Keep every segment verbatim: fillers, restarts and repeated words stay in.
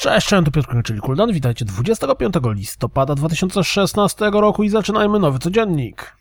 Cześć, cześć, to Piotr, czyli Kuldan. Witajcie dwudziestego piątego listopada dwa tysiące szesnastego roku i zaczynajmy nowy codziennik.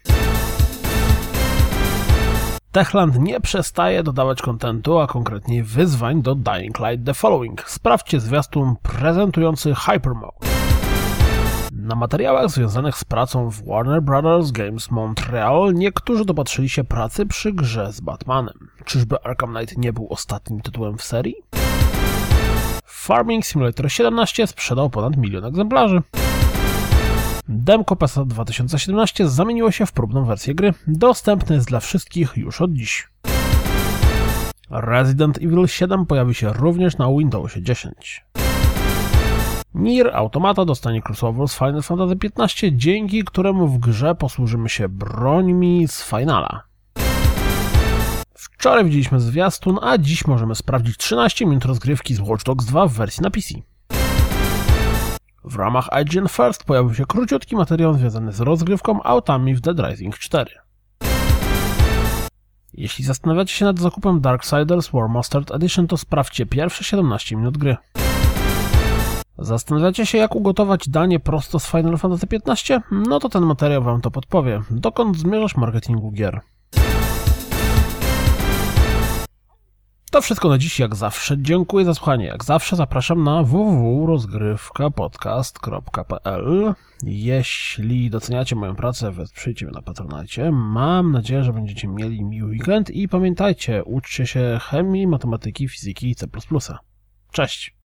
Techland nie przestaje dodawać kontentu, a konkretnie wyzwań do Dying Light The Following. Sprawdźcie zwiastun prezentujący Hypermode. Na materiałach związanych z pracą w Warner Brothers Games Montreal niektórzy dopatrzyli się pracy przy grze z Batmanem. Czyżby Arkham Knight nie był ostatnim tytułem w serii? Farming Simulator siedemnaście sprzedał ponad milion egzemplarzy. Demko P S A dwa tysiące siedemnaście zamieniło się w próbną wersję gry. Dostępny jest dla wszystkich już od dziś. Resident Evil siedem pojawi się również na Windowsie dziesięć. Nier Automata dostanie crossover z Final Fantasy piętnaście, dzięki któremu w grze posłużymy się brońmi z Finala. Wczoraj widzieliśmy zwiastun, a dziś możemy sprawdzić trzynaście minut rozgrywki z Watch Dogs dwa w wersji na P C. W ramach I G N First pojawił się króciutki materiał związany z rozgrywką autami w Dead Rising cztery. Jeśli zastanawiacie się nad zakupem Darksiders War Mustard Edition, to sprawdźcie pierwsze siedemnaście minut gry. Zastanawiacie się, jak ugotować danie prosto z Final Fantasy piętnaście? No to ten materiał wam to podpowie. Dokąd zmierzasz marketingu gier? To wszystko na dziś, jak zawsze. Dziękuję za słuchanie. Jak zawsze zapraszam na w w w kropka rozgrywka podcast kropka p l. Jeśli doceniacie moją pracę, wesprzyjcie mnie na Patronite. Mam nadzieję, że będziecie mieli miły weekend i pamiętajcie, uczcie się chemii, matematyki, fizyki i C plus plus. Cześć!